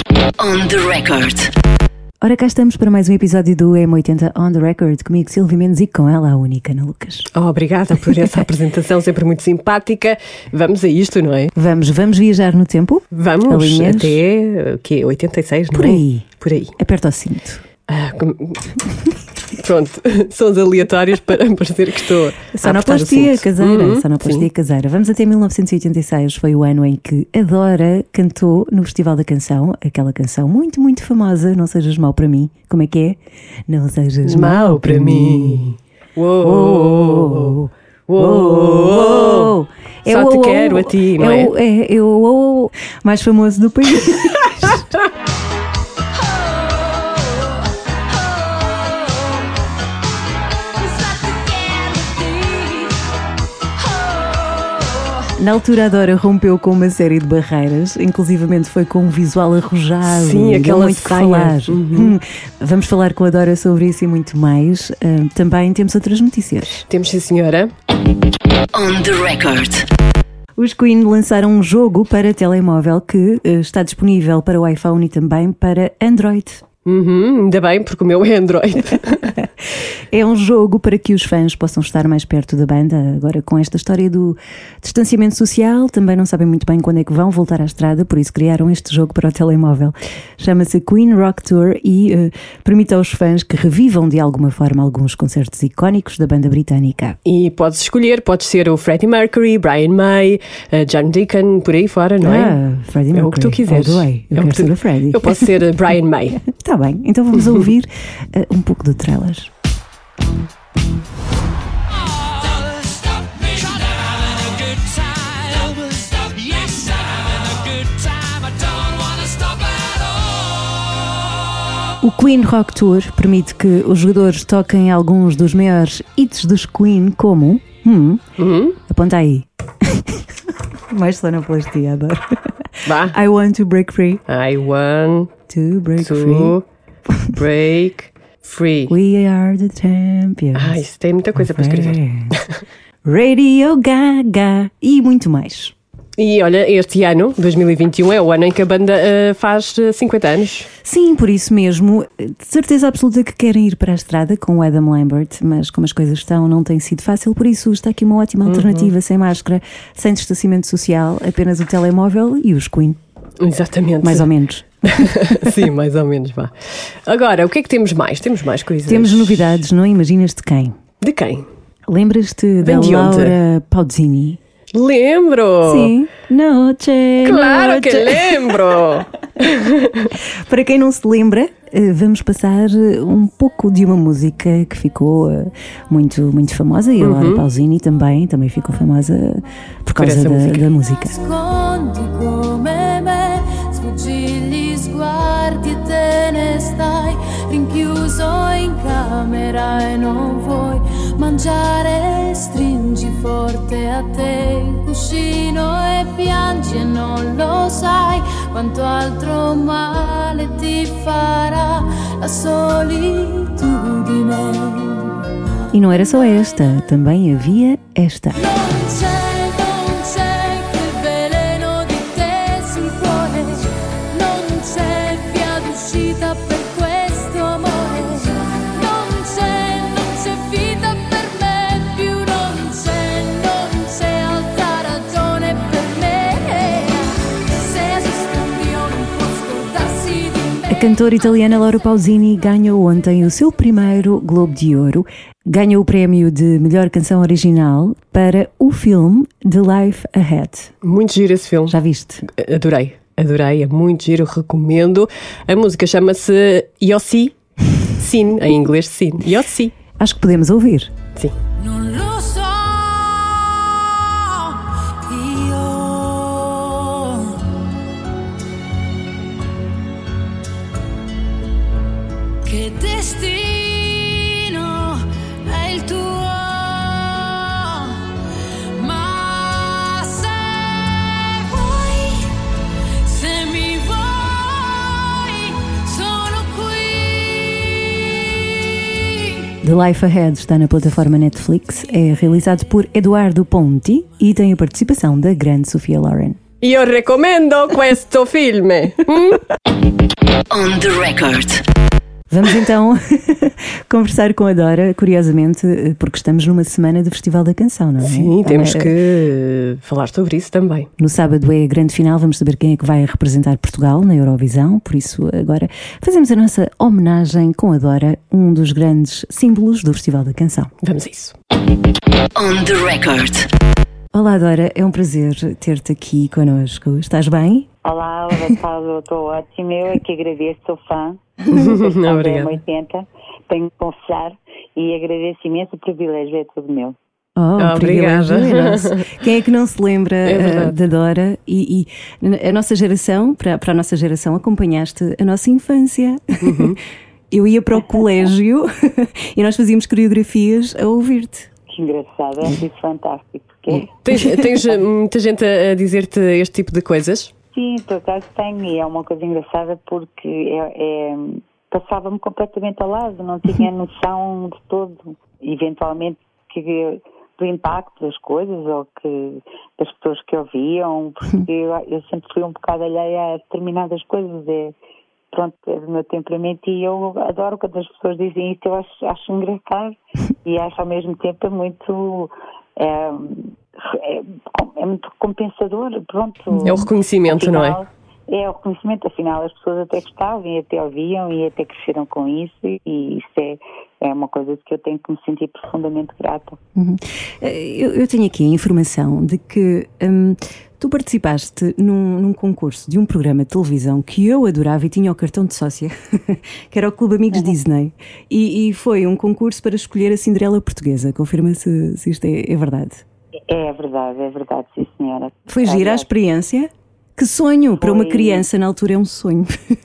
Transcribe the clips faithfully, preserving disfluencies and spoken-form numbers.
On the Record. Ora, cá estamos para mais um episódio do M oitenta On The Record, comigo Silvia Mendes e com ela a única, Ana Lucas. Oh, obrigada por essa apresentação sempre muito simpática. Vamos a isto, não é? Vamos, vamos viajar no tempo? Vamos, Alinhas? até o quê? oitenta e seis, não Por é? aí. Por aí. Aperta o cinto. Ah, com... Pronto, sons aleatórios para parecer que estou a Sonoplastia apertar o cinto. caseira, Uhum, sonoplastia sim. caseira. Vamos até mil novecentos e oitenta e seis, foi o ano em que a Dora cantou no Festival da Canção, aquela canção muito, muito famosa, Não Sejas Mau Para Mim. Como é que é? Não sejas mau Mau para mim. Uou, Oh, uou, uou. É Só o te oh, quero oh, a ti, não é? é? O, é, é o oh, oh, mais famoso do país. Na altura a Dora rompeu com uma série de barreiras, inclusivamente foi com um visual arrojado. Sim, deu aquela muito que saia. falar. Uhum. Hum, Vamos falar com a Dora sobre isso e muito mais. Ah, também temos outras notícias. Temos, sim, senhora. On the Record. Os Queen lançaram um jogo para telemóvel que ah, está disponível para o iPhone e também para Android. Uhum, ainda bem, porque o meu é Android. É um jogo para que os fãs possam estar mais perto da banda. Agora, com esta história do distanciamento social, também não sabem muito bem quando é que vão voltar à estrada, por isso criaram este jogo para o telemóvel. Chama-se Queen Rock Tour e uh, permite aos fãs que revivam de alguma forma alguns concertos icónicos da banda britânica. E podes escolher, podes ser o Freddie Mercury, Brian May, uh, John Deacon, por aí fora, não é? Ah, Freddie Mercury. É o que tu quiseres. All the way. Eu É o quero que tu- ser o Freddie. Eu posso ser uh, Brian May. Está bem, então vamos ouvir uh, um pouco do trailer. O Queen Rock Tour permite que os jogadores toquem alguns dos maiores hits dos Queen, como... Hum, Uhum. aponta aí. Mais sonoplastia, adoro. Vá. I want to break free. I want To break free. to break free. We are the champions. Ah, isso tem muita coisa para escrever. Radio Gaga e muito mais. E olha, este ano, dois mil e vinte e um, é o ano em que a banda uh, faz uh, cinquenta anos. Sim, por isso mesmo, de certeza absoluta que querem ir para a estrada com o Adam Lambert, mas como as coisas estão, não tem sido fácil, por isso está aqui uma ótima alternativa, Uhum. sem máscara, sem distanciamento social, apenas o telemóvel e os Queen, Exatamente. mais ou menos. Sim, mais ou menos, vá. Agora, o que é que temos mais? Temos mais coisas. Temos novidades, não imaginas de quem? De quem? Lembras-te da Vem de onde? Laura Pausini? Lembro! Sim. Noche, Claro noche. que lembro! Para quem não se lembra, eh, vamos passar eh, um pouco de uma música que ficou eh, muito, muito famosa e a Laura Pausini também, também ficou famosa por causa essa da, música. da música. Nascondi come me, sfuggi gli sguardi e te ne stai rinchiuso in camera e non vuoi mangiare, stringi forte a te il cuscino e piangi e non lo sai quanto altro male ti farà la solitudine. E não era só esta, também havia esta. Non c'è, non c'è quel veleno di te sul cuore, non c'è via d'uscita per questo amore, non c'è, non c'è vita per me più, non c'è, non c'è altra ragione per me, se esiste un Dio non può scordarsi di me. A cantora italiana Laura Pausini ganhou ontem o seu primeiro Globo de Ouro. Ganhou o prémio de melhor canção original para o filme The Life Ahead. Muito giro esse filme. Já viste? Adorei, adorei, é muito giro, recomendo. A música chama-se Yossi, Sin, em inglês Sin. Yossi, Acho que podemos ouvir. sim. Non lo so, io che destino è il tuo, ma se vuoi, se mi vuoi, sono qui. The Life Ahead está na plataforma Netflix, é realizado por Eduardo Ponti e tem a participação da grande Sofia Loren. Io recomendo questo film. On the record. Vamos então conversar com a Dora, curiosamente, porque estamos numa semana do Festival da Canção, não é? Sim, temos que falar sobre isso também. No sábado é a grande final, vamos saber quem é que vai representar Portugal na Eurovisão, por isso agora fazemos a nossa homenagem com a Dora, um dos grandes símbolos do Festival da Canção. Vamos a isso. On the record. Olá Dora, é um prazer ter-te aqui connosco. Estás bem? Olá, eu estou ótima, eu é que agradeço, sou fã. Obrigada. oitenta, tenho que confessar e agradeço imenso, o privilégio é todo meu. Oh, oh, obrigada. É nosso. Quem é que não se lembra é uh, da Dora? E, e a nossa geração, para, para a nossa geração, acompanhaste a nossa infância. Uhum. Eu ia para o colégio e nós fazíamos coreografias a ouvir-te. Que engraçado, é isso fantástico. Porque... Tens, tens muita gente a dizer-te este tipo de coisas? Sim, por acaso tenho, e é uma coisa engraçada porque é, é, passava-me completamente ao lado, não tinha noção de todo, eventualmente, que, do impacto das coisas ou que das pessoas que ouviam, porque eu, eu sempre fui um bocado alheia a determinadas coisas, é, pronto, é do meu temperamento e eu adoro quando as pessoas dizem isso, eu acho, acho engraçado e acho ao mesmo tempo muito... É, é, é muito compensador, pronto. É o reconhecimento, afinal, não é? É o reconhecimento, afinal as pessoas até gostavam e até ouviam e até cresceram com isso e isso é, é uma coisa de que eu tenho que me sentir profundamente grata. Uhum. Eu, eu tenho aqui a informação de que hum, tu participaste num, num concurso de um programa de televisão que eu adorava e tinha o cartão de sócia, que era o Clube Amigos uhum. Disney, e, e foi um concurso para escolher a Cinderela portuguesa. Confirma se, se isto é, é verdade. É verdade, é verdade, sim senhora. Foi gira a experiência? Que sonho! Foi... Para uma criança na altura é um sonho.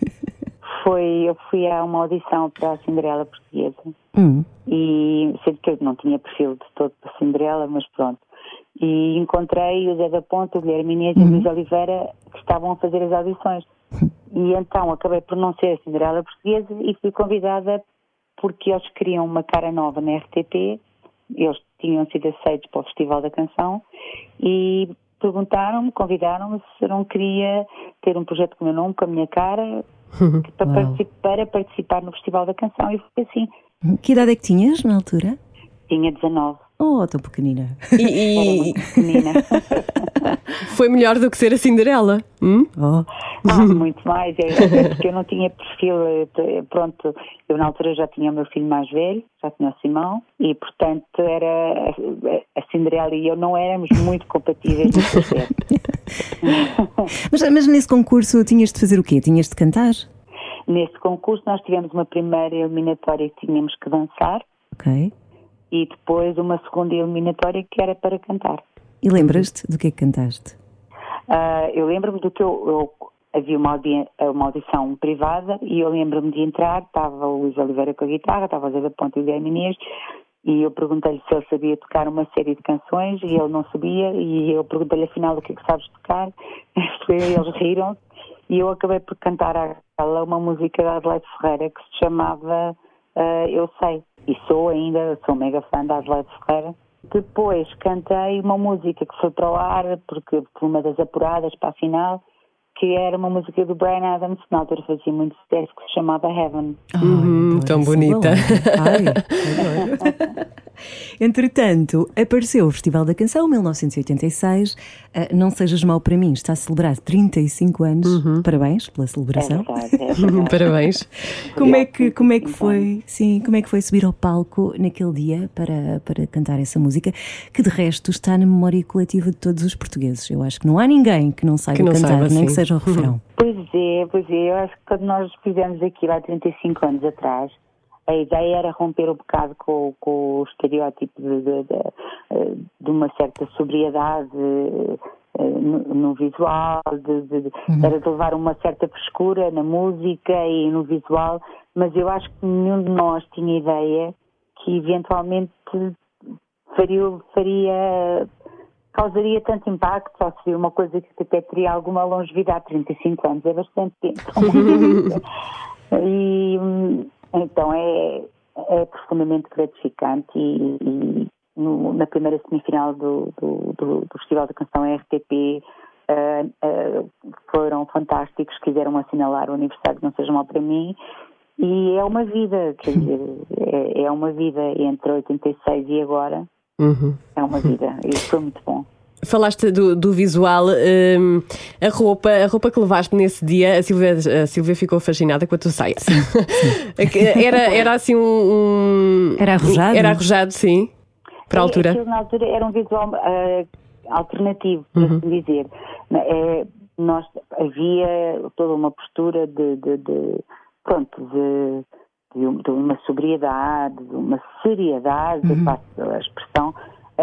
Foi, eu fui a uma audição para a Cinderela portuguesa hum. e sei que eu não tinha perfil de todo para a Cinderela, mas pronto. E encontrei o Zé da Ponta, o Guilherme Inês e o Luís Oliveira que estavam a fazer as audições. E então acabei por não ser a Cinderela portuguesa e fui convidada porque eles queriam uma cara nova na R T P, eles tinham sido aceitos para o Festival da Canção e perguntaram-me, convidaram-me se eu não queria ter um projeto com o meu nome, com a minha cara, para, participar, para participar no Festival da Canção e foi assim. Que idade é que tinhas na altura? Tinha dezanove. Oh, tão pequenina. E, e... Era muito pequenina. Foi melhor do que ser a Cinderela? Hum? Oh. Ah, muito mais. É, porque eu não tinha perfil. Pronto, eu na altura já tinha o meu filho mais velho, já tinha o Simão, e portanto era a Cinderela e eu não éramos muito compatíveis nesse aspecto. mas, mas nesse concurso tinhas de fazer o quê? Tinhas de cantar? Nesse concurso nós tivemos uma primeira eliminatória que tínhamos que dançar. Ok. E depois uma segunda eliminatória que era para cantar. E lembras-te do que é que cantaste? Uh, eu lembro-me do que eu, eu havia uma, audi- uma audição privada e eu lembro-me de entrar, estava o Luís Oliveira com a guitarra, estava o Zé da Ponta e o Guilherme Inês e eu perguntei-lhe se ele sabia tocar uma série de canções e ele não sabia e eu perguntei-lhe afinal o que é que sabes tocar. Eles riram e eu acabei por cantar a ela uma música da Adelaide Ferreira que se chamava uh, Eu Sei. E sou ainda, sou mega fã da Adelaide Ferreira. Depois cantei uma música que foi para o ar, porque foi uma das apuradas para a final, que era uma música do Bryan Adams, que na altura fazia muito sucesso, que se chamava Heaven. Uhum, tão bonita. Ai, entretanto, apareceu o Festival da Canção mil novecentos e oitenta e seis. Uh, não sejas mau para mim, está a celebrar trinta e cinco anos. Uhum. Parabéns pela celebração. É verdade, é verdade. Parabéns. Como é que, como é que foi? Sim, como é que foi subir ao palco naquele dia para, para cantar essa música, que de resto está na memória coletiva de todos os portugueses. Eu acho que não há ninguém que não saiba que não cantar, saiba, nem sim. que seja o refrão. Pois é, pois é. Eu acho que quando nós fizemos aquilo há trinta e cinco anos atrás, a ideia era romper um bocado com, com o estereótipo de, de, de, de uma certa sobriedade no, no visual, de, de, uhum. era de levar uma certa frescura na música e no visual, mas eu acho que nenhum de nós tinha ideia que eventualmente faria, faria causaria tanto impacto, ou seria uma coisa que até teria alguma longevidade. Trinta e cinco anos é bastante tempo. E então é, é profundamente gratificante e, e no, na primeira semifinal do, do, do, do Festival da Canção R T P uh, uh, foram fantásticos, quiseram assinalar o aniversário Não Seja Mal para Mim, e é uma vida, quer dizer, é, é uma vida entre oitenta e seis e agora, uhum. é uma vida, e foi muito bom. Falaste do, do visual, um, a roupa, a roupa que levaste nesse dia, a Silvia, a Silvia ficou fascinada com a tua saia. Sim, sim. era, era assim um... Era arrojado? Era arrojado, sim, para a altura. Aquilo na altura era um visual uh, alternativo, por assim uhum. dizer. É, nós, havia toda uma postura de, de, de pronto, de, de, de uma sobriedade, de uma seriedade, uhum. passo a expressão,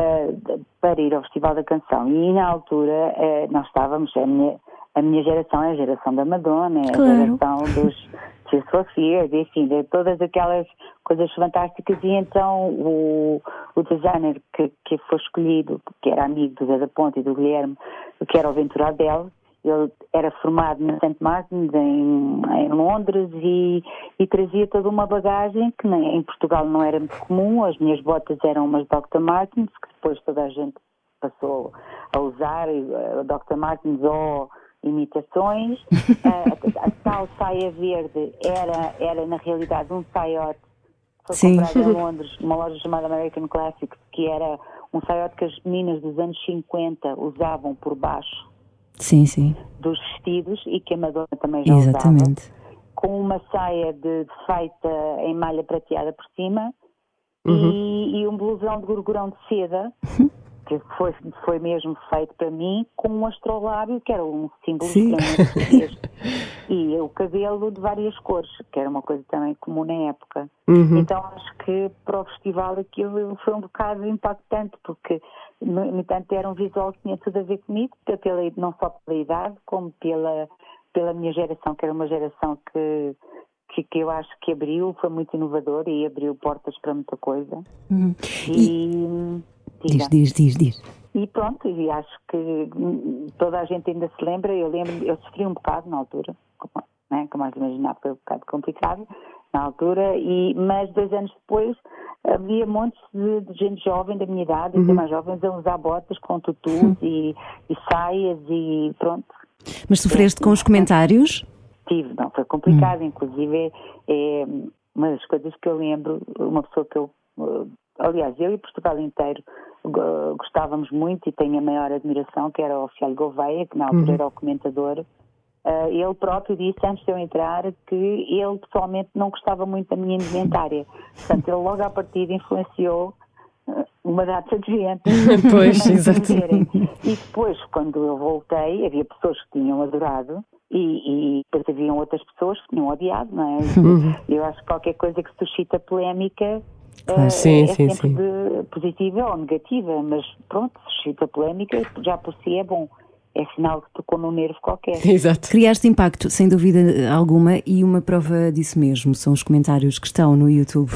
Uh, para ir ao Festival da Canção. E na altura uh, nós estávamos, a minha, a minha geração é a geração da Madonna, é claro. a geração dos Tears for Fears, enfim, de todas aquelas coisas fantásticas, e então o, o designer que, que foi escolhido, que era amigo do Zé da Ponte e do Guilherme, que era o Ventura Adele, ele era formado na Saint Martins em, em Londres e, e trazia toda uma bagagem que nem, em Portugal não era muito comum. As minhas botas eram umas doutor Martens, que depois toda a gente passou a usar, uh, doutor Martens ou imitações. uh, a, a tal saia verde era, era na realidade um saiote que foi Sim. comprado em Londres, numa loja chamada American Classics, que era um saiote que as meninas dos anos cinquenta usavam por baixo. Sim, sim. Dos vestidos, e que a Madonna também já Exatamente. usava, com uma saia de, de feita em malha prateada por cima uhum. e, e um blusão de gorgorão de seda, que foi, foi mesmo feito para mim, com um astrolábio, que era um símbolo extremamente português, e o cabelo de várias cores, que era uma coisa também comum na época. Uhum. Então acho que para o festival aquilo foi um bocado impactante, porque no entanto era um visual que tinha tudo a ver comigo, pela, não só pela idade, como pela, pela minha geração, que era uma geração que, que, que eu acho que abriu, foi muito inovador e abriu portas para muita coisa. Uhum. E, e diz, diz, diz, diz. E pronto, e acho que toda a gente ainda se lembra. Eu lembro, eu sofri um bocado na altura, como, né, como mais imaginar, foi um bocado complicado na altura, e, mas dois anos depois havia montes de, de gente jovem da minha idade, uhum. e mais jovens, a usar botas com tutus uhum. e, e saias e pronto. Mas sofreste é, com os comentários? Tive, não, foi complicado, uhum. inclusive é, é uma das coisas que eu lembro, uma pessoa que eu, aliás, eu e Portugal inteiro gostávamos muito e tenho a maior admiração, que era o Fialho Gouveia, que na altura uhum. era o comentador. Uh, ele próprio disse, antes de eu entrar, que ele pessoalmente não gostava muito da minha indumentária. Portanto, ele logo à partida influenciou uh, uma data de gente. Pois, exato. E depois, quando eu voltei, havia pessoas que tinham adorado e, e depois haviam outras pessoas que tinham odiado, não é? Uhum. Eu acho que qualquer coisa que suscita polémica claro, uh, sim, é sim, sempre sim. De positiva ou negativa, mas pronto, suscita polémica, já por si é bom. É sinal que tocou num nervo qualquer. Exato. Criaste impacto, sem dúvida alguma, e uma prova disso mesmo são os comentários que estão no YouTube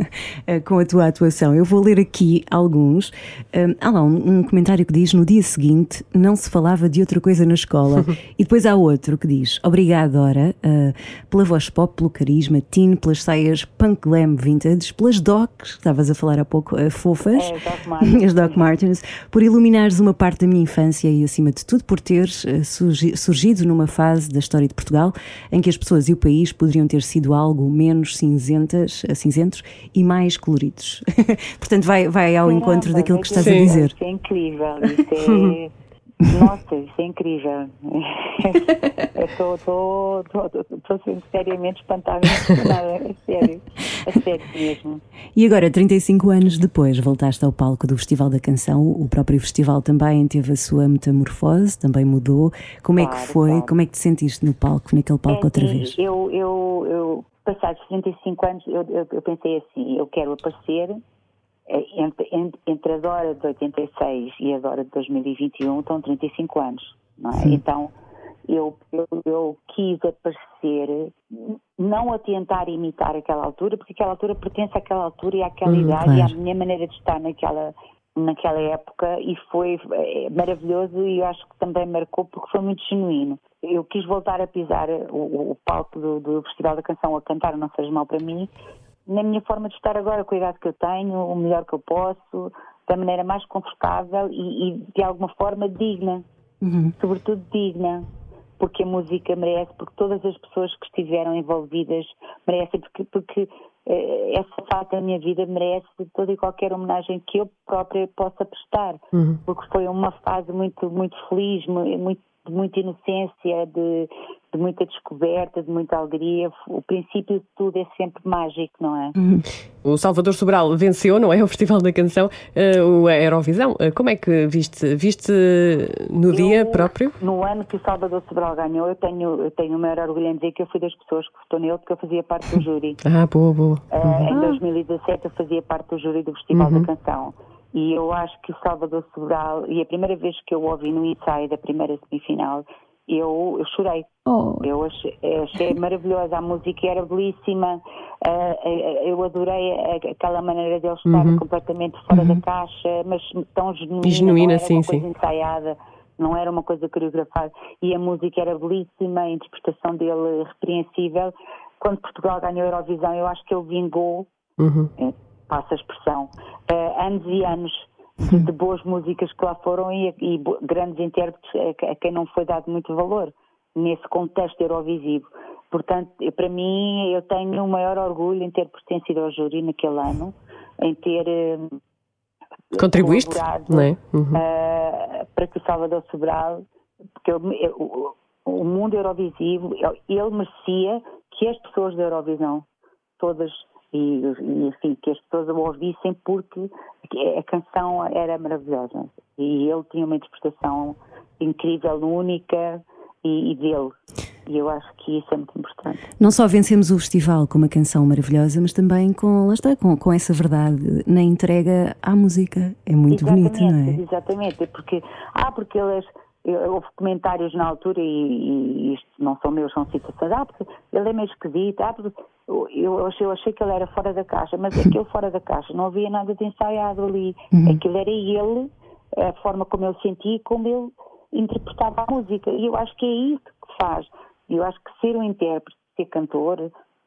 com a tua atuação. Eu vou ler aqui alguns. Há lá um, um comentário que diz: no dia seguinte não se falava de outra coisa na escola. E depois há outro que diz: obrigado, Dora, uh, pela voz pop, pelo carisma teen, pelas saias punk glam vintage, pelas docs, que estavas a falar há pouco, uh, fofas, é, Doc Martens. as Doc Martens, por iluminares uma parte da minha infância e, acima de tudo, por teres uh, surgido numa fase da história de Portugal em que as pessoas e o país poderiam ter sido algo menos cinzentas, uh, cinzentos e mais coloridos. Portanto, vai, vai ao Sim, encontro não, daquilo que estás sim, a dizer. Isso é incrível, isso é... Nossa, isso é incrível. Eu estou sendo seriamente espantada, é sério, é sério mesmo. E agora, trinta e cinco anos depois, voltaste ao palco do Festival da Canção. O próprio festival também teve a sua metamorfose, também mudou. Como claro, é que foi? claro. Como é que te sentiste no palco, naquele palco é, outra sim, vez? Eu, eu, eu, passados trinta e cinco anos, eu, eu, eu pensei assim, eu quero aparecer. Entre, entre, entre a Dora de oitenta e seis e a Dora de dois mil e vinte e um estão trinta e cinco anos, não é? Então eu, eu, eu quis aparecer, não a tentar imitar aquela altura, porque aquela altura pertence àquela altura e àquela hum, idade claro. E à minha maneira de estar naquela, naquela época, e foi é, maravilhoso, e eu acho que também marcou porque foi muito genuíno. Eu quis voltar a pisar o, o palco do, do Festival da Canção a cantar Não Seja Mal para Mim, na minha forma de estar agora, com a idade que eu tenho, o melhor que eu posso, da maneira mais confortável e, e de alguma forma digna. uhum. sobretudo digna, porque a música merece, porque todas as pessoas que estiveram envolvidas merecem, porque, porque eh, essa fase da minha vida merece toda e qualquer homenagem que eu própria possa prestar, uhum. porque foi uma fase muito, muito feliz, muito, de muita inocência, de, de muita descoberta, de muita alegria. O princípio de tudo é sempre mágico, não é? Uhum. O Salvador Sobral venceu, não é? O Festival da Canção, uh, o Eurovisão. Uh, como é que viste? Viste no eu, dia próprio? No ano que o Salvador Sobral ganhou, eu tenho, eu tenho o maior orgulho em dizer que eu fui das pessoas que votou nele, porque eu fazia parte do júri. Ah, boa, boa. Uh, uhum. Em dois mil e dezassete eu fazia parte do júri do Festival uhum. da Canção. E eu acho que o Salvador Sobral, e a primeira vez que eu o ouvi no ensaio da primeira semifinal, eu, eu chorei. Oh. Eu achei, achei maravilhosa, a música era belíssima, uh, eu adorei aquela maneira dele estar uhum. completamente fora uhum. da caixa, mas tão genuína, genuína não era sim, uma sim. coisa ensaiada, não era uma coisa coreografada. E a música era belíssima, a interpretação dele repreensível. Quando Portugal ganhou a Eurovisão, eu acho que ele vingou... Uhum. passa a expressão, uh, anos e anos de, de boas músicas que lá foram e, e grandes intérpretes a, a quem não foi dado muito valor nesse contexto eurovisivo. Portanto, para mim, eu tenho o maior orgulho em ter pertencido ao júri naquele ano, em ter uh, contribuíste, não é? Uhum. uh, para que o Salvador Sobral, porque ele, o, o mundo eurovisivo, ele, ele merecia que as pessoas da Eurovisão, todas E, e assim, que as pessoas o ouvissem, porque a canção era maravilhosa e ele tinha uma interpretação incrível, única e, e dele, e eu acho que isso é muito importante. Não só vencemos o festival com uma canção maravilhosa, mas também com, lá está, com, com essa verdade na entrega à música. É muito bonito, não é? Exatamente, porque, ah, porque eles... Houve comentários na altura, e, e isto não são meus, são citações. Ah, porque ele é meio esquisito. Ah, porque eu, achei, eu achei que ele era fora da caixa, mas aquele fora da caixa não havia nada de ensaiado ali. Uhum. Aquilo era ele, a forma como ele sentia e como ele interpretava a música. E eu acho que é isso que faz. Eu acho que ser um intérprete, ser cantor,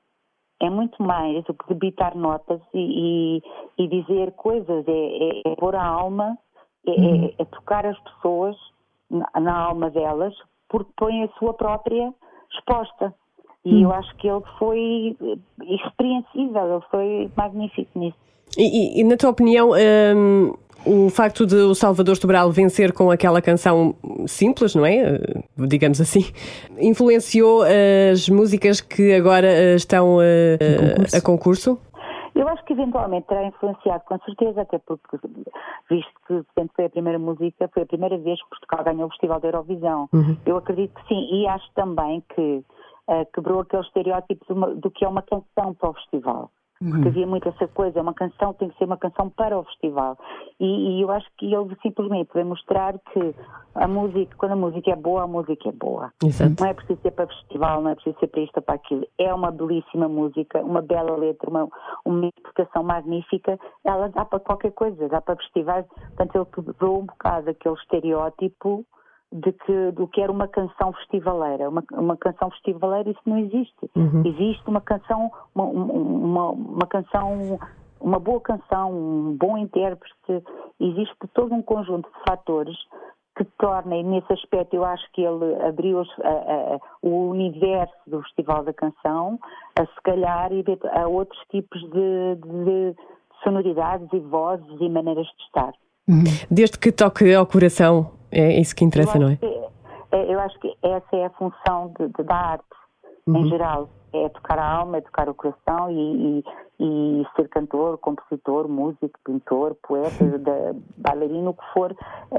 é muito mais do que debitar notas e, e, e dizer coisas. É, é, é pôr a alma, é, uhum. é, é tocar as pessoas Na, na alma delas, porque põe a sua própria resposta. E hum. eu acho que ele foi irrepreensível, ele foi magnífico nisso. E, e, e na tua opinião, um, o facto de o Salvador Sobral vencer com aquela canção simples, não é? Digamos assim, influenciou as músicas que agora estão uh, concurso. a concurso? Eu acho que eventualmente terá influenciado, com certeza, até porque, visto que portanto, foi a primeira música, foi a primeira vez que Portugal ganhou o Festival da Eurovisão. Uhum. Eu acredito que sim, e acho também que uh, quebrou aquele estereótipo de uma, do que é uma canção para o festival. Uhum. Porque havia muito essa coisa, uma canção tem que ser uma canção para o festival. E, e eu acho que ele simplesmente vai mostrar que a música, quando a música é boa, a música é boa. Exato. Não é preciso ser para festival, não é preciso ser para isto ou para aquilo. É uma belíssima música, uma bela letra, uma, uma interpretação magnífica. Ela dá para qualquer coisa, dá para festivais. Portanto, ele quebrou um bocado aquele estereótipo de que, do que era uma canção festivaleira. Uma, uma canção festivaleira, isso não existe. Uhum. Existe uma canção, uma, uma, uma canção, uma boa canção, um bom intérprete. Existe todo um conjunto de fatores que torna, e nesse aspecto eu acho que ele abriu a, a, o universo do Festival da Canção a se calhar a outros tipos de, de sonoridades e vozes e maneiras de estar. Uhum. Desde que toque ao coração, é isso que interessa, não é? Que, eu acho que essa é a função de, de, da arte, uhum. em geral. É tocar a alma, é tocar o coração e, e, e ser cantor, compositor, músico, pintor, poeta, de, bailarino, o que for.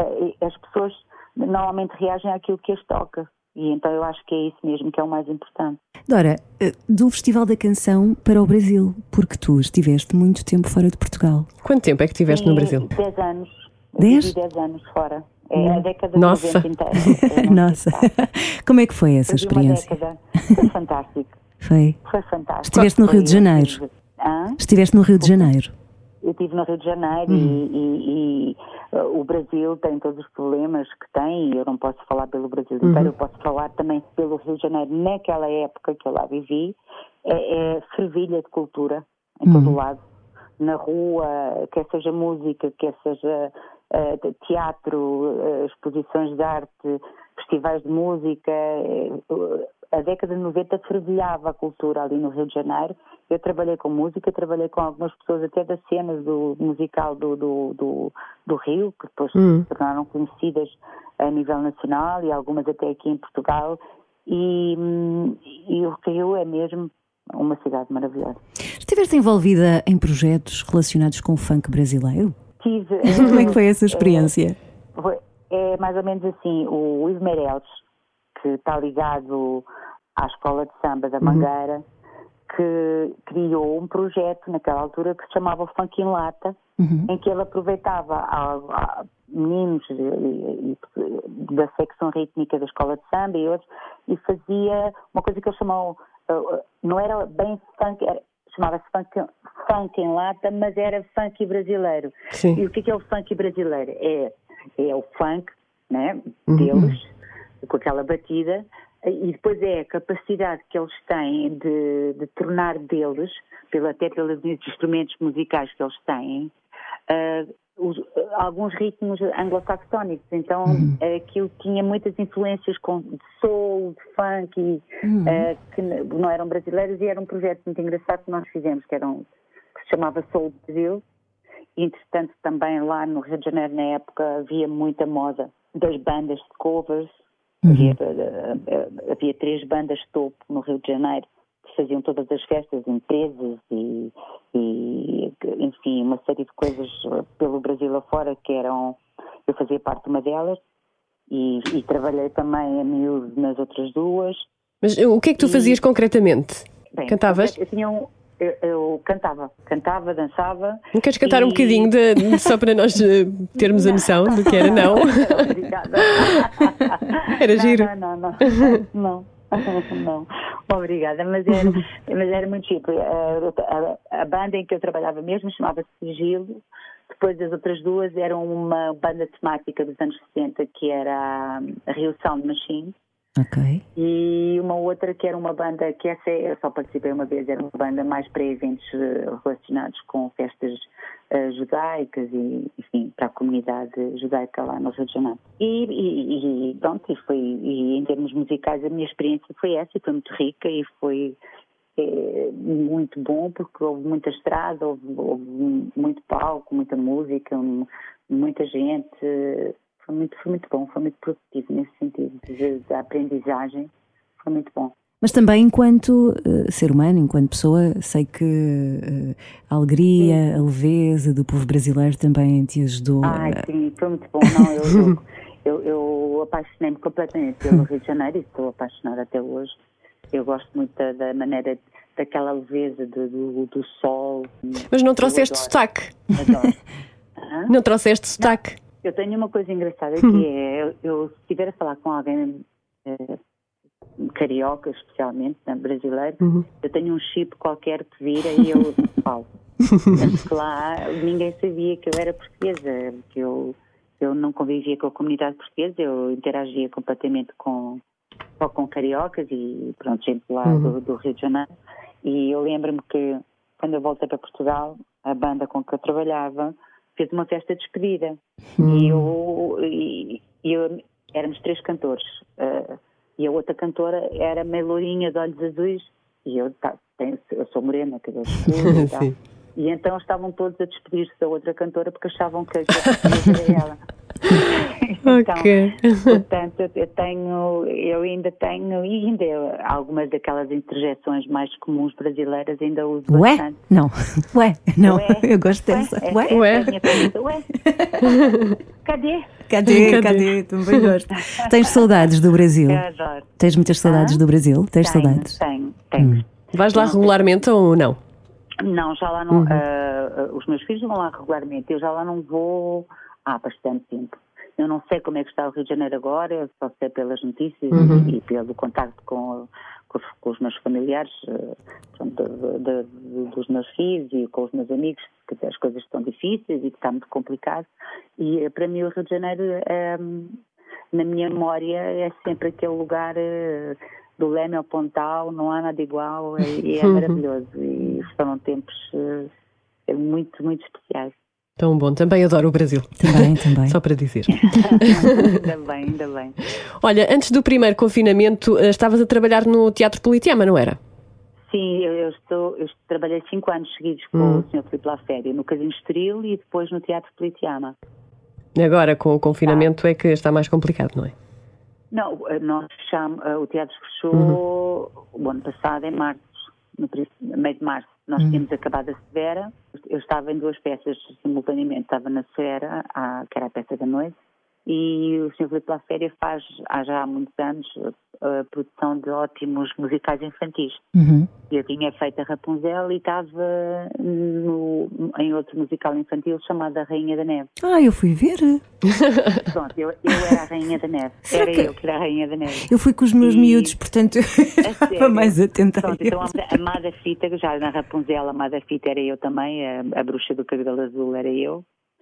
As pessoas normalmente reagem àquilo que as toca. E então eu acho que é isso mesmo que é o mais importante. Dora, do Festival da Canção para o Brasil, porque tu estiveste muito tempo fora de Portugal. Quanto tempo é que estiveste no Brasil? Dez anos. Dez? dez anos fora. É a década Nossa. de noventa inteira. Nossa. Como é que foi essa foi experiência? Uma década. Foi fantástico. Foi? Foi fantástico. Estiveste no Rio de Janeiro? Hã? Estiveste no Rio de Janeiro? Eu estive no Rio de Janeiro uhum. e, e, e uh, o Brasil tem todos os problemas que tem, e eu não posso falar pelo Brasil inteiro, uhum. eu posso falar também pelo Rio de Janeiro, naquela época que eu lá vivi. É, é fervilha de cultura em uhum. todo o lado, na rua, quer seja música, quer seja uh, teatro, uh, exposições de arte, festivais de música. Uh, a década de noventa fervilhava a cultura ali no Rio de Janeiro. Eu trabalhei com música, trabalhei com algumas pessoas até da cena do musical do, do, do, do Rio, que depois hum. se tornaram conhecidas a nível nacional e algumas até aqui em Portugal. E, e o Rio é mesmo uma cidade maravilhosa. Estiveste envolvida em projetos relacionados com o funk brasileiro? Tive. Como é que foi essa experiência? É, é mais ou menos assim, o Ivo Meirelles, que está ligado à Escola de Samba da Mangueira, uhum. que criou um projeto naquela altura que se chamava Funk em Lata, uhum. em que ele aproveitava a, a meninos e, e, da secção rítmica da Escola de Samba e outros, e fazia uma coisa que ele chamou, não era bem funk, era, chamava-se funk, funk em lata, mas era funk brasileiro. Sim. E o que é, que é o funk brasileiro? É, é o funk, né, deles, uhum. com aquela batida, e depois é a capacidade que eles têm de, de tornar deles, pelo, até pelos instrumentos musicais que eles têm, uh, os, alguns ritmos anglo-saxónicos. Então uhum. aquilo tinha muitas influências com, de soul, de funk, e, uhum. uh, que não eram brasileiros, e era um projeto muito engraçado que nós fizemos, que, era um, que se chamava Soul Brasil. E, entretanto, também lá no Rio de Janeiro, na época, havia muita moda das bandas de covers. Uhum. Havia, havia três bandas de topo no Rio de Janeiro que faziam todas as festas, empresas e, e, enfim, uma série de coisas pelo Brasil afora que eram... Eu fazia parte de uma delas e, e trabalhei também a miúdo nas outras duas. Mas o que é que tu e, fazias concretamente? Bem, Cantavas? Eu tinha um... Eu, eu cantava, cantava, dançava. Não queres cantar e... um bocadinho de, de, só para nós termos a noção do que era, não? Obrigada. Era não, giro. Não, não, não. Não, não. Obrigada, mas era, mas era muito chique. A, a, a banda em que eu trabalhava mesmo chamava-se Sigilo. Depois as outras duas eram uma banda temática dos anos sessenta que era a Rio Sound Machine. Ok. E uma outra que era uma banda, que essa eu só participei uma vez, era uma banda mais para eventos relacionados com festas uh, judaicas e, enfim, para a comunidade judaica lá no Rio de Janeiro. E, e, e pronto, e, foi, e em termos musicais a minha experiência foi essa, e foi muito rica e foi é, muito bom, porque houve muita estrada, houve, houve muito palco, muita música, muita gente... Foi muito, foi muito bom, foi muito produtivo nesse sentido, da aprendizagem, foi muito bom. Mas também enquanto uh, ser humano, enquanto pessoa, sei que uh, a alegria, sim. a leveza do povo brasileiro também te ajudou. Ai, a... sim, foi muito bom. Não, eu, eu, eu, eu apaixonei-me completamente pelo Rio de Janeiro e estou apaixonada até hoje. Eu gosto muito da, da maneira, daquela leveza do, do, do sol. Mas não trouxeste sotaque? Adoro. Não trouxeste sotaque? Não. Eu tenho uma coisa engraçada que é, eu, eu se estiver a falar com alguém eh, carioca, especialmente, né, brasileiro, uhum. eu tenho um chip qualquer que vira e eu falo. Porque lá ninguém sabia que eu era portuguesa, que eu, eu não convivia com a comunidade portuguesa, eu interagia completamente com, só com cariocas e pronto, gente lá uhum. do, do Rio de Janeiro. E eu lembro-me que quando eu voltei para Portugal, a banda com que eu trabalhava fez uma festa de despedida. Hum. E, eu, e eu, éramos três cantores. Uh, e a outra cantora era meio lourinha de olhos azuis. E eu, tá, tenho, eu sou morena, cabelo escuro e tal. E então estavam todos a despedir-se da outra cantora porque achavam que a portuguesa era ela. Então, okay. portanto, eu tenho, eu ainda tenho, e ainda eu, algumas daquelas interjeções mais comuns brasileiras ainda uso Ué? bastante. Não. Ué? Não. Ué? Eu gosto dessa. Ué? Ué? Essa, Ué? essa é a minha pergunta. Ué? Cadê? Cadê? Cadê? Cadê? Também gosto. Tens saudades do Brasil? Eu adoro. Tens muitas saudades ah? do Brasil? Tens tenho, saudades? Tenho, tenho. Hum. Vais lá regularmente ou não? Não, já lá não. Uhum. Uh, os meus filhos vão lá regularmente. Eu já lá não vou há bastante tempo. Eu não sei como é que está o Rio de Janeiro agora, eu só sei pelas notícias uhum. e, e pelo contacto com, com, com os meus familiares, pronto, de, de, de, dos meus filhos e com os meus amigos, que as coisas estão difíceis e que está muito complicado. E para mim o Rio de Janeiro, é, na minha memória, é sempre aquele lugar do Leme ao Pontal, não há nada igual e é, é maravilhoso. E foram tempos muito, muito especiais. Tão bom, também adoro o Brasil. Também, também. Só para dizer. Ainda bem, ainda bem. Olha, antes do primeiro confinamento, eh, estavas a trabalhar no Teatro Politeama, não era? Sim, eu, eu estou, eu trabalhei cinco anos seguidos com Hum. o senhor Filipe Laféria, no Casino Estoril e depois no Teatro Politeama. Agora, com o confinamento, é que está mais complicado, não é? Não, nós fechamos, o teatro fechou uhum. o ano passado, em março, no meio de março. Nós uhum. tínhamos acabado a Severa, eu estava em duas peças simultaneamente, estava na Severa, a, que era a peça da noite, e o senhor Filipe Laféria faz, há já há muitos anos, a produção de ótimos musicais infantis. Uhum. Eu tinha feito a Rapunzel e estava no, em outro musical infantil chamado A Rainha da Neve. Ah, eu fui ver. Pronto, eu, eu era a Rainha da Neve. Será era que... eu que era a Rainha da Neve. Eu fui com os meus e... miúdos, portanto eu estava mais atenta. Pronto, então a Amada Fita, já na Rapunzel, a Amada Fita era eu também, a, a bruxa do cabelo azul era eu,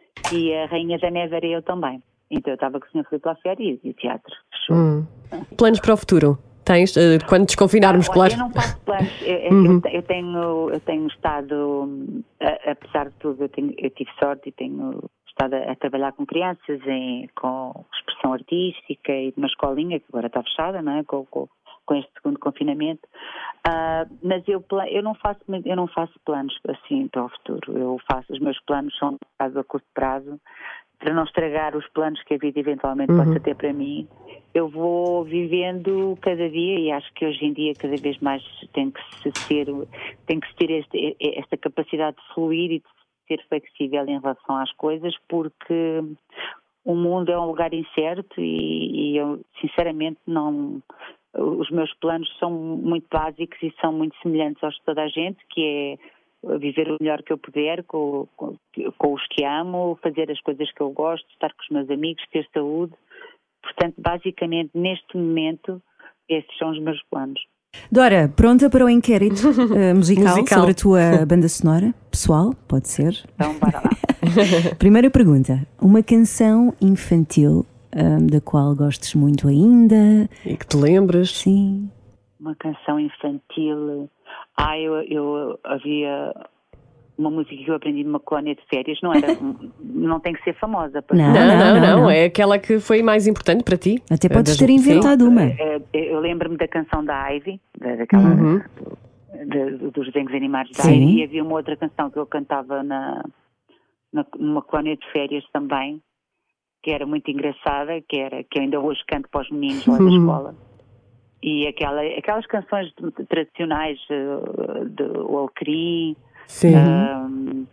e a Rainha da Neve era eu também. Então eu estava com o senhor Filipe Laféria e o teatro fechou. Hum. Planos para o futuro? Tens? Uh, quando desconfinarmos, ah, claro. Eu não faço planos. Eu, uhum. eu, eu, tenho, eu tenho estado, a, apesar de tudo, eu, tenho, eu tive sorte e tenho estado a, a trabalhar com crianças em, com expressão artística e numa escolinha que agora está fechada, não é? Com, com, com este segundo confinamento. Uh, mas eu, eu, não faço, eu não faço planos assim para o futuro. Eu faço, os meus planos são a curto prazo, para não estragar os planos que a vida eventualmente uhum. possa ter para mim. Eu vou vivendo cada dia e acho que hoje em dia cada vez mais tem que se ter, tem que se ter este, esta capacidade de fluir e de ser flexível em relação às coisas, porque o mundo é um lugar incerto e, e eu sinceramente não... Os meus planos são muito básicos e são muito semelhantes aos de toda a gente, que é viver o melhor que eu puder com, com, com os que amo, fazer as coisas que eu gosto, estar com os meus amigos, ter saúde. Portanto, basicamente, neste momento, esses são os meus planos. Dora, pronta para o inquérito uh, musical, musical sobre a tua banda sonora? Pessoal, pode ser? Então, bora lá. Primeira pergunta. Uma canção infantil um, da qual gostes muito ainda? E que te lembras? Sim. Uma canção infantil... Ah, eu, eu havia... Uma música que eu aprendi numa colónia de férias, não era, não tem que ser famosa. Para não, não, não, não, não, não, é aquela que foi mais importante para ti. Até podes das... ter inventado Sim. uma. Eu lembro-me da canção da Ivy, daquela, uhum. de, dos desenhos animados da Sim. Ivy, e havia uma outra canção que eu cantava na, na, numa colónia de férias também, que era muito engraçada, que, era, que eu ainda hoje canto para os meninos lá da uhum. escola. E aquela, aquelas canções tradicionais uh, do Alcrim. Sim. Um,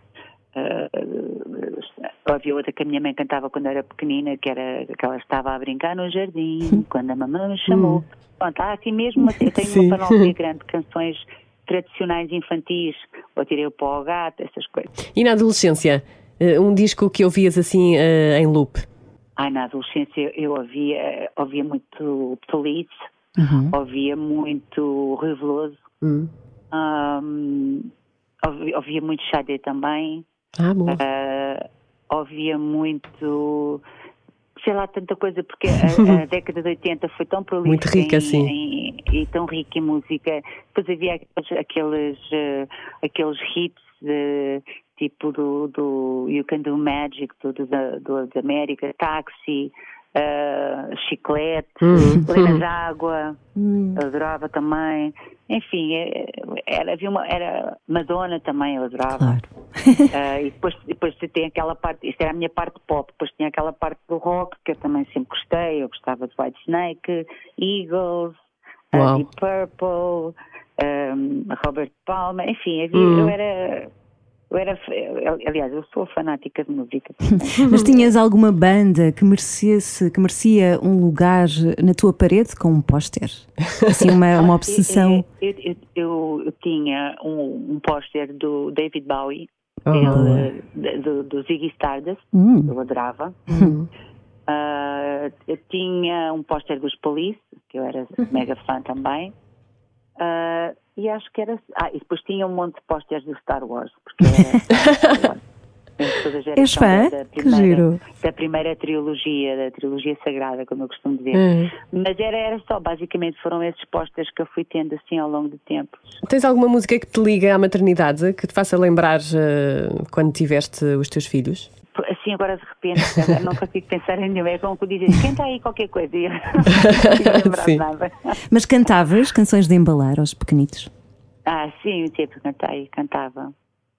uh, havia outra que a minha mãe cantava quando eu era pequenina, que era que ela estava a brincar no jardim, quando a mamãe me chamou. Hum. Pronto, há assim mesmo, eu tenho Sim. uma panóplia grande de canções tradicionais infantis, ou Tirei o Pó ao Gato, essas coisas. E na adolescência, um disco que ouvias assim uh, em loop? Ai, na adolescência eu ouvia, ouvia muito Police, uhum. ouvia muito Rui Veloso, hum. um, ouvia, ouvia muito Xadé também. Ah, bom. Uh, ouvia muito, sei lá, tanta coisa, porque a, a década de oitenta foi tão prolífica muito rica, em, sim. em, e tão rica em música. Depois havia aqueles, aqueles, uh, aqueles hits de, tipo do, do You Can Do Magic, do, do, do, do América, Táxi, uh, Chiclete, uhum. Lena d'Água, uhum. eu adorava também. Enfim, era, havia uma, era Madonna também, eu adorava. Claro. uh, e depois, depois tem aquela parte, isto era a minha parte pop, depois tinha aquela parte do rock que eu também sempre gostei, eu gostava de White Snake, Eagles, uh, Deep Purple, um, Robert Palmer, enfim, havia, hum. eu era... Eu era, aliás, eu sou fanática de música. Mas tinhas alguma banda que merecesse, que merecia um lugar na tua parede com um póster? Assim, uma, uma obsessão? Eu, eu, eu, eu tinha um, um póster do David Bowie, oh. ele, do, do Ziggy Stardust, hum. eu adorava. Hum. Uh, eu tinha um póster dos Police, que eu era mega fã também. Uh, e acho que era... Ah, e depois tinha um monte de pósteres do Star Wars, porque era Star Wars. sou da geração És fã? da, da Que primeira, giro. da primeira trilogia, da trilogia sagrada, como eu costumo dizer. Hum. Mas era, era só, basicamente foram esses postas que eu fui tendo assim ao longo do tempo. Tens alguma música que te liga à maternidade, que te faça lembrar uh, quando tiveste os teus filhos? Assim, agora de repente, não consigo pensar em nenhuma. É como que dizem, canta aí qualquer coisa. E eu não consigo lembrar Sim. nada. Mas cantavas canções de embalar aos pequenitos? Ah, sim, sempre cantei, cantava.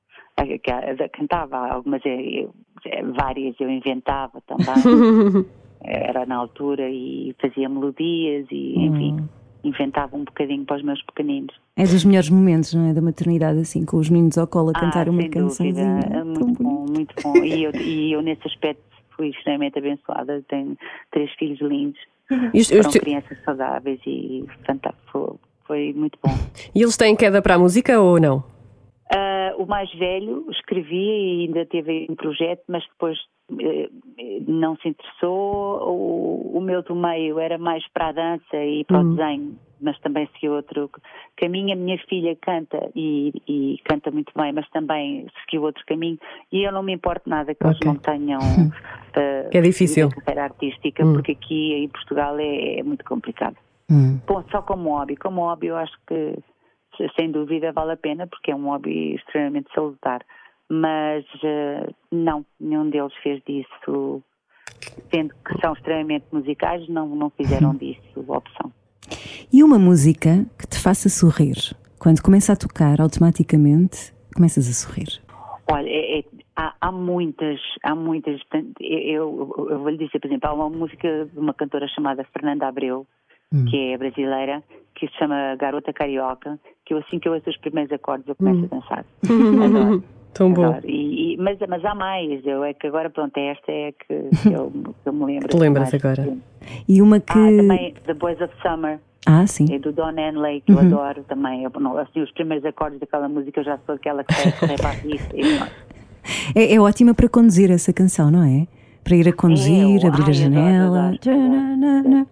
Cantava algumas, eu, várias eu inventava também. Era na altura e fazia melodias e, enfim, Hum. inventava um bocadinho para os meus pequeninos. É dos melhores momentos, não é? Da maternidade, assim, com os meninos ao colo a cantar ah, uma sem cançãozinha. dúvida, Tão muito bom, bonito. muito bom. E eu, e eu nesse aspecto fui extremamente abençoada. Tenho três filhos lindos, E, os- os foram te- crianças saudáveis e fantástico. Foi, foi muito bom. e eles têm queda para a música ou não? Ah, o mais velho escrevia e ainda teve um projeto, mas depois eh, não se interessou. O, o meu do meio era mais para a dança e para o desenho, mas também seguiu outro caminho. A minha filha canta e, e canta muito bem, mas também seguiu outro caminho. E eu não me importo nada que eles Ok. não tenham ah, É difícil. seguido a carreira artística, porque aqui em Portugal é, é muito complicado. Hum. Bom, só como hobby. Como hobby eu acho que sem dúvida vale a pena, porque é um hobby extremamente salutar. Mas uh, não, nenhum deles fez disso, sendo que são extremamente musicais, não, não fizeram disso opção. E uma música que te faça sorrir? Quando começa a tocar, automaticamente começas a sorrir. Olha, é, é, há, há muitas, há muitas. portanto, Eu, eu, eu vou lhe dizer, por exemplo, há uma música de uma cantora chamada Fernanda Abreu, que é brasileira, que se chama Garota Carioca, que eu assim que eu ouço os primeiros acordes eu começo a dançar. Adoro. Tão bom. Adoro. E, e, mas, mas há mais, eu é que agora pronto, esta é que, que, eu, que eu me lembro. Te lembras mais. agora? E uma que... Ah, também The Boys of Summer, Ah, sim. é do Don Henley, que eu adoro também. Eu, não, assim, os primeiros acordes daquela música eu já sou aquela que vai correr para a pista. E, pronto. É, é ótima para conduzir essa canção, não é? Para ir a conduzir, Eu- abrir ai, a janela. adoro, adoro,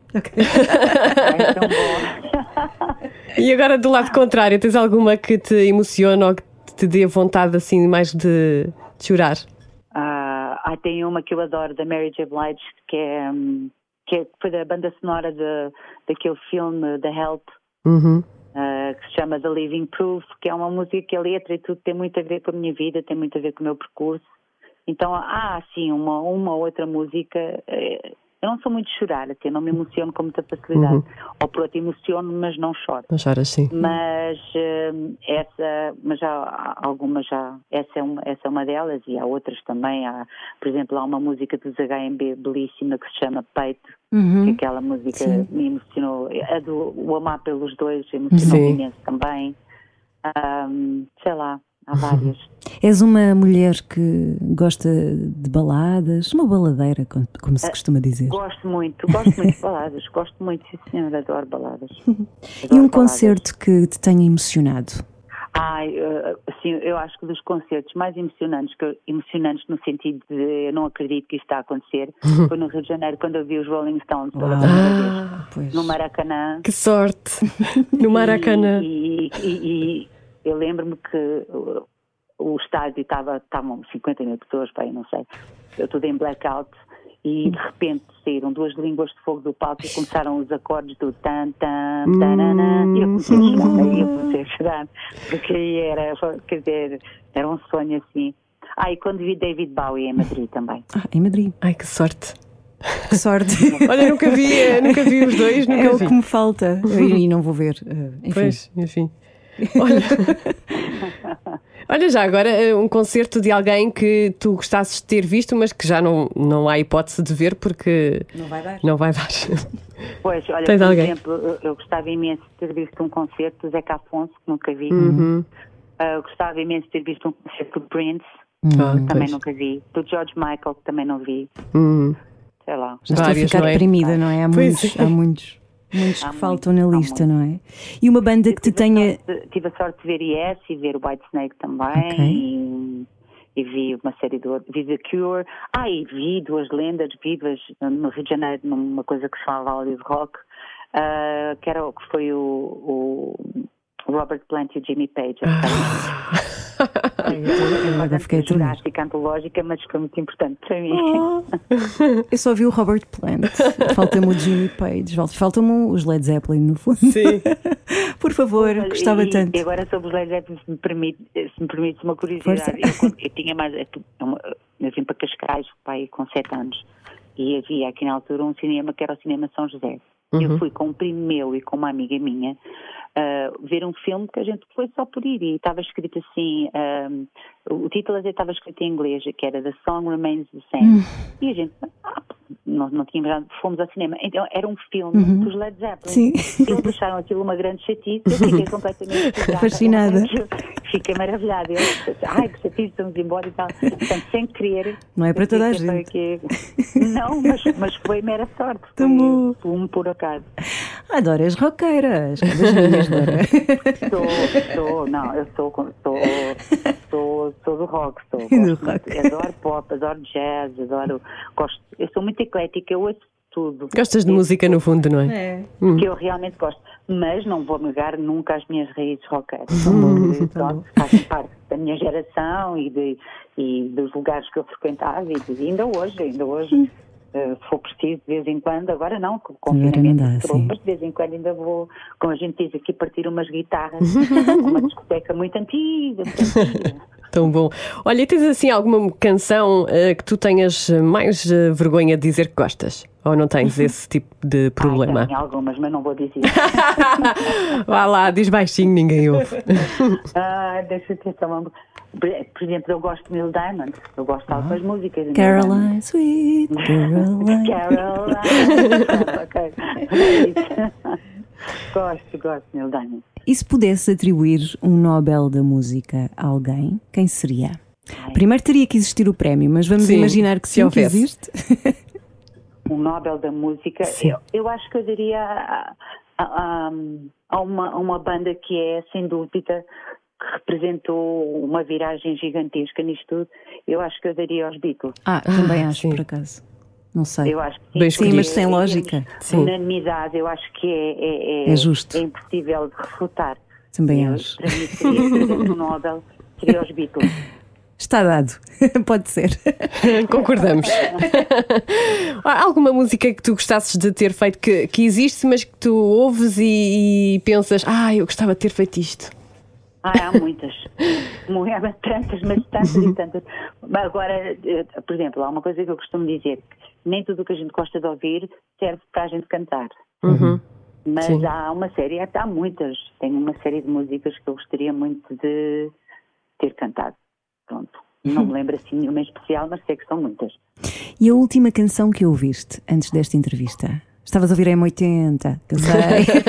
É tão bom. E agora do lado contrário, tens alguma que te emociona ou que te dê vontade assim mais de, de chorar? Ah, ah, tem uma que eu adoro, da Mary J. Blige, que é, hum, que é foi da banda sonora de, daquele filme The Help, Uhum. ah, que se chama The Living Proof, que é uma música que a letra e tudo tem muito a ver com a minha vida, tem muito a ver com o meu percurso. Então há assim uma, uma outra música. eh, Eu não sou muito de chorar, até não me emociono com muita facilidade. Uhum. Ou por outro, emociono, mas não choro. Não choras, sim. Mas hum, essa, mas já há algumas já, essa é, uma, essa é uma delas e há outras também. Há, por exemplo, há uma música dos H M B belíssima que se chama Peito, Uhum. que aquela música Sim. me emocionou. A do O Amar pelos Dois emocionou Sim. imenso também. Hum, sei lá, há várias. És uma mulher que gosta de baladas, uma baladeira, como, como se costuma dizer. Gosto muito, gosto muito de baladas, gosto muito, sim senhora, adoro baladas. E Adoro um baladas. concerto que te tenha emocionado? Ai, eh, assim, eu acho que dos concertos mais emocionantes, que eu- emocionantes no sentido de eu não acredito que isto está a acontecer, foi no Rio de Janeiro, quando eu vi os Rolling Stones pela primeira Ah, Pois. vez, no Maracanã. que sorte! No Maracanã. E, e- e- e eu lembro-me que o, o estádio estava, estavam cinquenta mil pessoas, bem, não sei, eu tudo em blackout, e de repente saíram duas línguas de fogo do palco e começaram os acordes do tan tan tanana, e eu comecei a chorar, aí eu comecei a chorar, porque aí era, quer dizer, era um sonho assim. Ah, e quando vi David Bowie em Madrid também. Ah, em Madrid. Ai, que sorte! Que sorte. Olha, nunca vi, eh, nunca vi os dois, nunca É o vi. que me falta. E não vou ver. eh, Enfim. Pois, enfim. Olha, Olha já agora eh, um concerto de alguém que tu gostasses de ter visto, mas que já não, não há hipótese de ver porque Não vai dar. não vai dar. Pois, olha, Tens por alguém? exemplo, eu, eu gostava imenso de ter visto um concerto do Zeca Afonso, que nunca vi. Uhum. Ah, eu gostava imenso de ter visto um concerto do Prince, Ah, que também pois. nunca vi. Do George Michael, que também não vi. Uhum. Sei lá. Já estou a Várias, ficar não é? deprimida, não é? Há Pois muitos, é. há muitos, muitos Há que faltam muitos, na há lista, não é? E uma banda que te Tive a tenha. sorte de- Tive a sorte de ver Yes e ver o Whitesnake também. Ok. E, e vi uma série de outros. Vi The Cure. Ah, e vi duas lendas vivas no Rio de Janeiro, numa coisa que se chamava Olive Rock, ah, que, era, o- que foi o, o Robert Plant e o Jimmy Page. Eu agora fiquei jurássica, antológica, mas foi muito importante para mim. Oh. Eu só vi o Robert Plant. Falta-me o Jimmy Page. Falta-me os Led Zeppelin, no fundo. Sim. Por favor, Mas, gostava e, tanto. E agora sobre os Led Zeppelin, se me permite, se me permite uma curiosidade. Eu, eu tinha mais. Eu vim para Cascais, pai, com sete anos. E havia aqui na altura um cinema que era o Cinema São José. Uhum. Eu fui com um primo meu e com uma amiga minha uh, ver um filme que a gente foi só por ir e estava escrito assim, um, o título até estava escrito em inglês, que era The Song Remains the Same. Uhum. E a gente, ah, não, não tínhamos já, fomos ao cinema. Então era um filme uhum. dos Led Zeppelin. Sim. Eles deixaram aquilo uma grande chatice, eu fiquei completamente fascinada. Fiquei maravilhada. Eu, ai, que chatice, estamos embora e tal. Portanto, sem querer. Não é para toda a gente. Que... Não, mas, mas foi mera sorte. Foi um um por acaso. Adoro as roqueiras. Das minhas, Dora. Sou, sou, não, eu sou, sou, sou, sou do rock. Sou, do rock. Adoro pop, adoro jazz, adoro. Gosto, eu sou muito eclética, eu ouço tudo. Gostas de eu, música, no fundo, não é? É. Hum. Que eu realmente gosto. Mas não vou negar nunca as minhas raízes roqueiras. Hum. Então, fazem parte da minha geração e, de, e dos lugares que eu frequentava e de, ainda hoje, ainda hoje. Hum. Uh, se for preciso, de vez em quando, agora não, com o confinamento de tropas, de vez em quando ainda vou, como a gente diz aqui, partir umas guitarras, uma discoteca muito antiga, muito antiga. Tão bom. Olha, tens assim alguma canção uh, que tu tenhas mais uh, vergonha de dizer que gostas? Ou não tens esse tipo de problema? Ah, tenho algumas, mas não vou dizer. Vá lá, diz baixinho, ninguém ouve. ah, deixa eu pensar uma... Por exemplo, eu gosto de Neil Diamond. Eu gosto de algumas músicas. De Caroline, Sweet Caroline. Caroline. Ok. Gosto, gosto de Neil Diamond. E se pudesse atribuir um Nobel da Música a alguém, quem seria? Ai. Primeiro teria que existir o prémio, mas vamos sim, imaginar que sim, que existe. Um Nobel da Música, eu, eu acho que eu daria a, a, a, a, uma, a uma banda que é, sem dúvida, que representou uma viragem gigantesca nisto tudo. Eu acho que eu daria aos Beatles. Ah, também ah, acho, sim. Por acaso. Não sei. Eu acho que sim, sim mas sem lógica. Unanimidade, eu acho que é, é, é, é, justo. É impossível de refutar. Também eu, acho. Para mim seria um Nobel, seria aos Beatles. Está dado, pode ser. Concordamos. Há alguma música que tu gostasses de ter feito, que, que existe, mas que tu ouves e, e pensas, ah, eu gostava de ter feito isto? Ah, há muitas. Há tantas, mas tantas e tantas. Agora, por exemplo, há uma coisa que eu costumo dizer, que nem tudo o que a gente gosta de ouvir serve para a gente cantar. Uhum. Mas sim. há uma série, há muitas. Tenho uma série de músicas que eu gostaria muito de ter cantado. Pronto. Não me lembro assim nenhuma em especial, mas sei que são muitas. E a última canção que ouviste antes desta entrevista? Estavas a ouvir a M oitenta, que eu sei.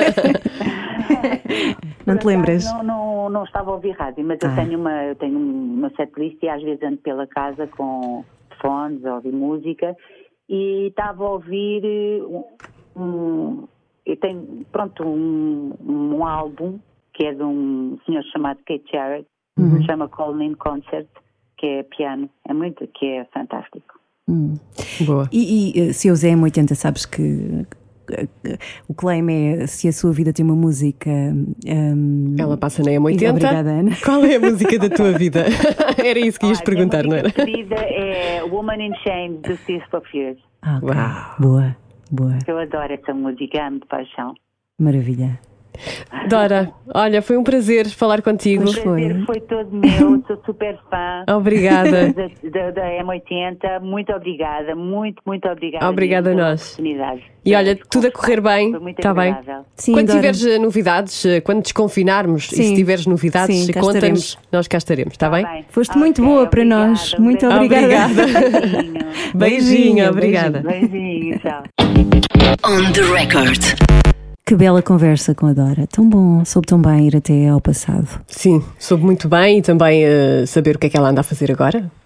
Não te lembras? Não, não, não estava a ouvir rádio, mas ah. eu tenho uma, eu tenho uma setlist e às vezes ando pela casa com fones a ouvir música e estava a ouvir um, um eu tenho, pronto, um, um álbum que é de um senhor chamado Keith Jarrett, uhum. se chama Calling in Concert, que é piano, é muito, que é fantástico. Hum. Boa. E, e se eu usei a M oitenta, sabes que o claim é se a sua vida tem uma música. Um... Ela passa na M oitenta. Obrigada, Ana. Qual é a música da tua vida? Era isso que ias ah, perguntar, não era? A minha vida é Woman in Chains do Tears for Fears. Ah, okay. Uau. Boa, boa. Eu adoro essa música, amo de paixão. Maravilha. Dora, olha, foi um prazer falar contigo. O prazer foi todo meu, sou super fã. Obrigada. Da, da, da M oitenta, muito obrigada, muito, muito obrigada. Obrigada a nós. E olha, tudo a correr bem, está bem? Sim, quando Dora. tiveres novidades, quando desconfinarmos, sim. E se tiveres novidades, conta-nos, nós cá estaremos, está bem? bem? Foste okay, muito boa para obrigada, nós, muito obrigada. obrigada. Beijinho. Beijinho, obrigada. Beijinho, tchau. On the record. Que bela conversa com a Dora. Tão bom, soube tão bem ir até ao passado. Sim, soube muito bem e também uh, saber o que é que ela anda a fazer agora.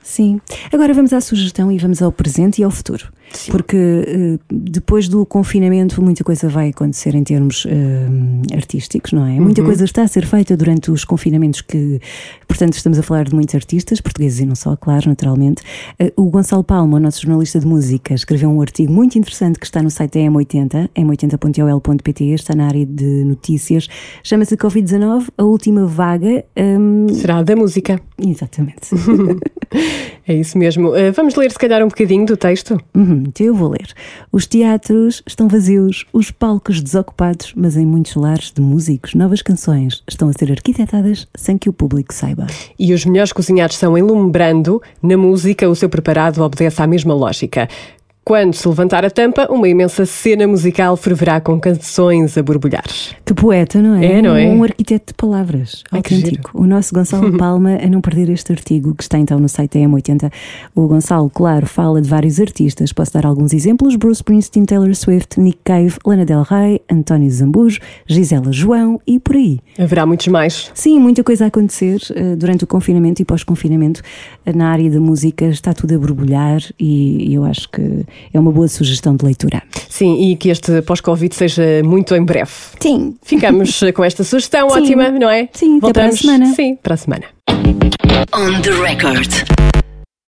Sim. Agora vamos à sugestão e vamos ao presente e ao futuro. Sim. Porque uh, depois do confinamento muita coisa vai acontecer em termos uh, artísticos, não é? Uhum. Muita coisa está a ser feita durante os confinamentos que, portanto, estamos a falar de muitos artistas, portugueses e não só, claro, naturalmente. Uh, o Gonçalo Palma, o nosso jornalista de música, escreveu um artigo muito interessante que está no site da M oitenta, m oitenta ponto o l ponto p t, está na área de notícias, chama-se covid dezanove, a última vaga. Um... Será da música. Exatamente. É isso mesmo. Uh, vamos ler se calhar um bocadinho do texto? Uhum, então eu vou ler. Os teatros estão vazios, os palcos desocupados, mas em muitos lares de músicos, novas canções estão a ser arquitetadas sem que o público saiba. E os melhores cozinhados são em Lume Brando. Na música, o seu preparado obedece à mesma lógica. Quando se levantar a tampa, uma imensa cena musical ferverá com canções a borbulhar. Que poeta, não é? É, não é? Um arquiteto de palavras, Ai, autêntico. O nosso Gonçalo Palma, a não perder este artigo, que está então no site da M oitenta. O Gonçalo, claro, fala de vários artistas. Posso dar alguns exemplos: Bruce Springsteen, Taylor Swift, Nick Cave, Lana Del Rey, António Zambujo, Gisela João e por aí. Haverá muitos mais. Sim, muita coisa a acontecer uh, durante o confinamento e pós-confinamento. Uh, na área da música está tudo a borbulhar e, e eu acho que é uma boa sugestão de leitura. Sim, e que este pós-Covid seja muito em breve. Sim. Ficamos com esta sugestão Sim. ótima, não é? Sim, voltamos até para a semana. Sim, para a semana. On the record.